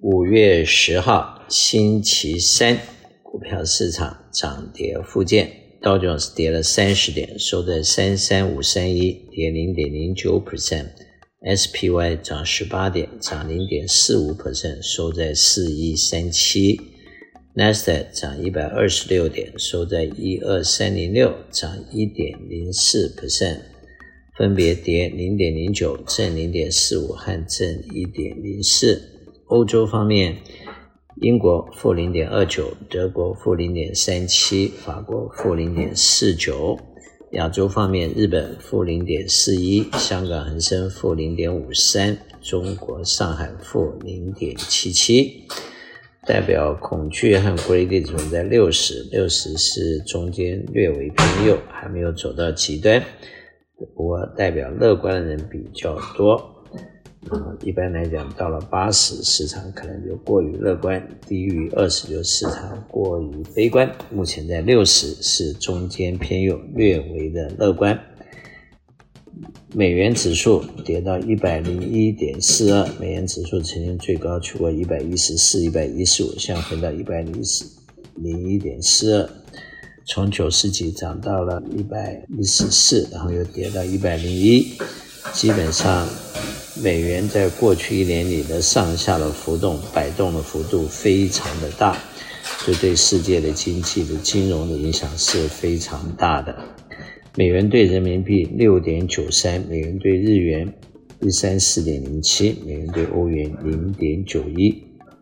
5月10号星期三，股票市场涨跌互见，道琼斯跌了30点，收在33531，跌 0.09%， SPY 涨18点，涨 0.45%， 收在4137， Nasdaq 涨126点，收在12306，涨 1.04%， 分别跌 0.09、正 0.45 和正 1.04。 欧洲方面，英国负 0.29， 德国负 0.37， 法国负 0.49。 亚洲方面，日本负 0.41， 香港恒生负 0.53， 中国上海负 0.77。 代表恐惧和 greedy 总在60是中间略为偏右，还没有走到极端，不过代表乐观的人比较多。一般来讲，到了80，市场可能就过于乐观，低于20就市场过于悲观。目前在60是中间偏右，略微的乐观。美元指数跌到 101.42， 美元指数曾经最高去过114、115，现在回到 101.42， 从90几涨到了114，然后又跌到101。基本上美元在过去1年里的上下的浮动摆动的幅度非常的大，这对世界的经济的金融的影响是非常大的。美元对人民币 6.93， 美元对日元 134.07， 美元对欧元 0.91。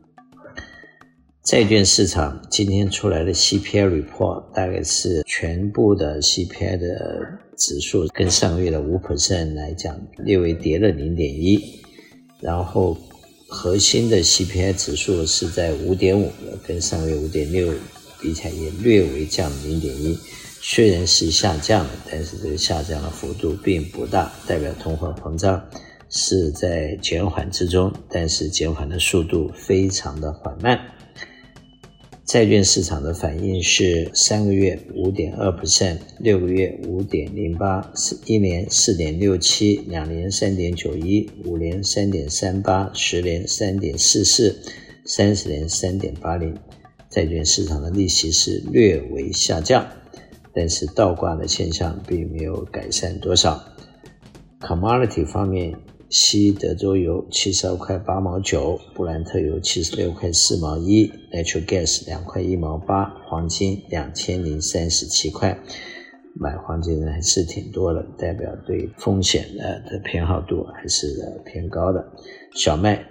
债券市场今天出来的 CPI report 大概是全部的 CPI 的指数跟上个月的 5% 来讲略微跌了 0.1， 然后核心的 CPI 指数是在 5.5， 跟上个月 5.6 比起来也略微降了 0.1， 虽然是下降了，但是这个下降的幅度并不大，代表通货膨胀是在减缓之中，但是减缓的速度非常的缓慢。债券市场的反应是3个月 5.2%， 6个月 5.08%， 1年 4.67%， 2年 3.91%， 5年 3.38%， 10年 3.44%， 30年 3.80%。 债券市场的利息是略微下降，但是倒挂的现象并没有改善多少。 Commodity 方面，西德州油72块8毛9，布兰特油76块4毛1， Natural Gas 2块1毛8，黄金2037块。买黄金人还是挺多的，代表对风险的偏好度还是偏高的。小麦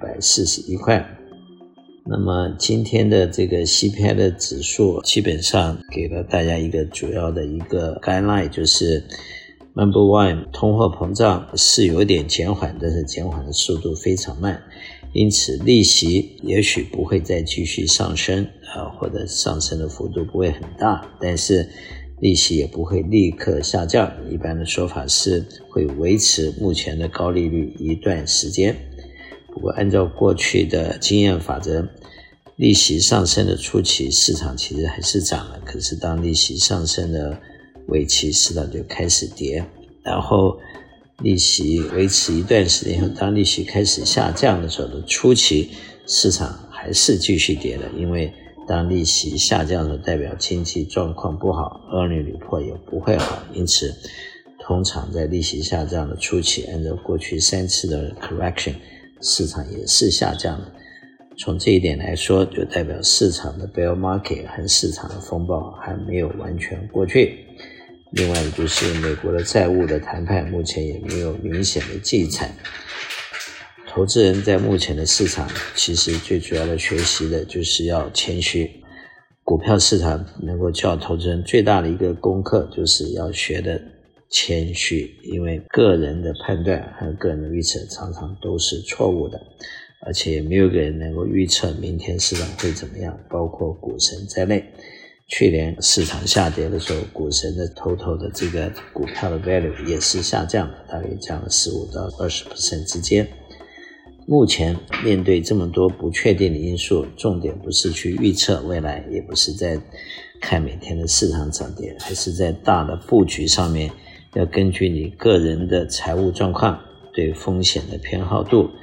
641块。那么今天的这个 CPI 的指数基本上给了大家一个主要的一个 guideline， 就是Number one， 通货膨胀是有点减缓，但是减缓的速度非常慢，因此利息也许不会再继续上升，或者上升的幅度不会很大，但是利息也不会立刻下降，一般的说法是会维持目前的高利率一段时间。不过按照过去的经验法则，利息上升的初期市场其实还是涨了，可是当利息上升的尾期市场就开始跌，然后利息维持一段时间后，当利息开始下降的时候的初期市场还是继续跌的，因为当利息下降的时候代表经济状况不好，earning report也不会好，因此通常在利息下降的初期，按照过去3次的 correction， 市场也是下降的。从这一点来说，就代表市场的 bear market 和市场的风暴还没有完全过去。另外就是美国的债务的谈判目前也没有明显的进展。投资人在目前的市场其实最主要的学习的就是要谦虚。股票市场能够教投资人最大的一个功课就是要学的谦虚，因为个人的判断和个人的预测常常都是错误的，而且也没有一个人能够预测明天市场会怎么样，包括股神在内。去年市场下跌的时候，股神的total的这个股票的 value 也是下降的，大概降了15到20% 之间。目前面对这么多不确定的因素，重点不是去预测未来，也不是在看每天的市场涨跌，还是在大的布局上面要根据你个人的财务状况、对风险的偏好度，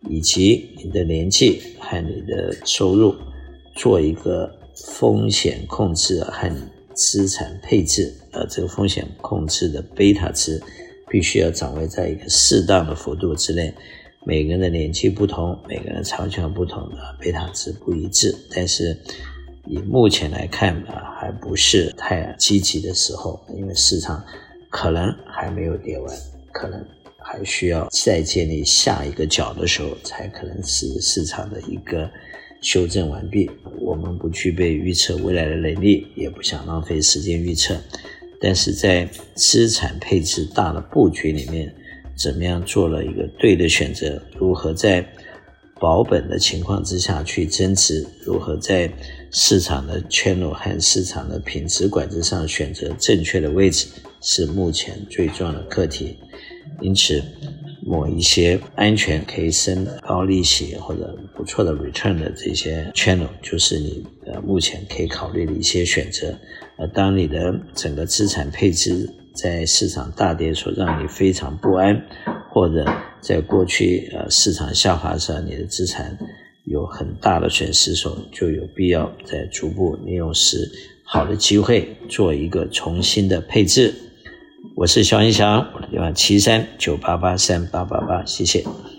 以及你的年纪和你的收入做一个风险控制和资产配置，这个风险控制的贝塔值必须要掌握在一个适当的幅度之内。每个人的年纪不同，每个人的长相不同的贝塔值不一致，但是以目前来看还不是太积极的时候，因为市场可能还没有跌完，可能还需要再建立下一个角的时候，才可能是市场的一个修正完毕。我们不具备预测未来的能力，也不想浪费时间预测，但是在资产配置大的布局里面，怎么样做了一个对的选择，如何在保本的情况之下去增值，如何在市场的圈路和市场的品质管制上选择正确的位置，是目前最重要的课题。因此某一些安全可以生高利息或者不错的 return 的这些 channel 就是你目前可以考虑的一些选择。当你的整个资产配置在市场大跌所让你非常不安，或者在过去市场下滑时你的资产有很大的损失时，就有必要在逐步利用时好的机会做一个重新的配置。我是肖英祥，我的电话7398838888，谢谢。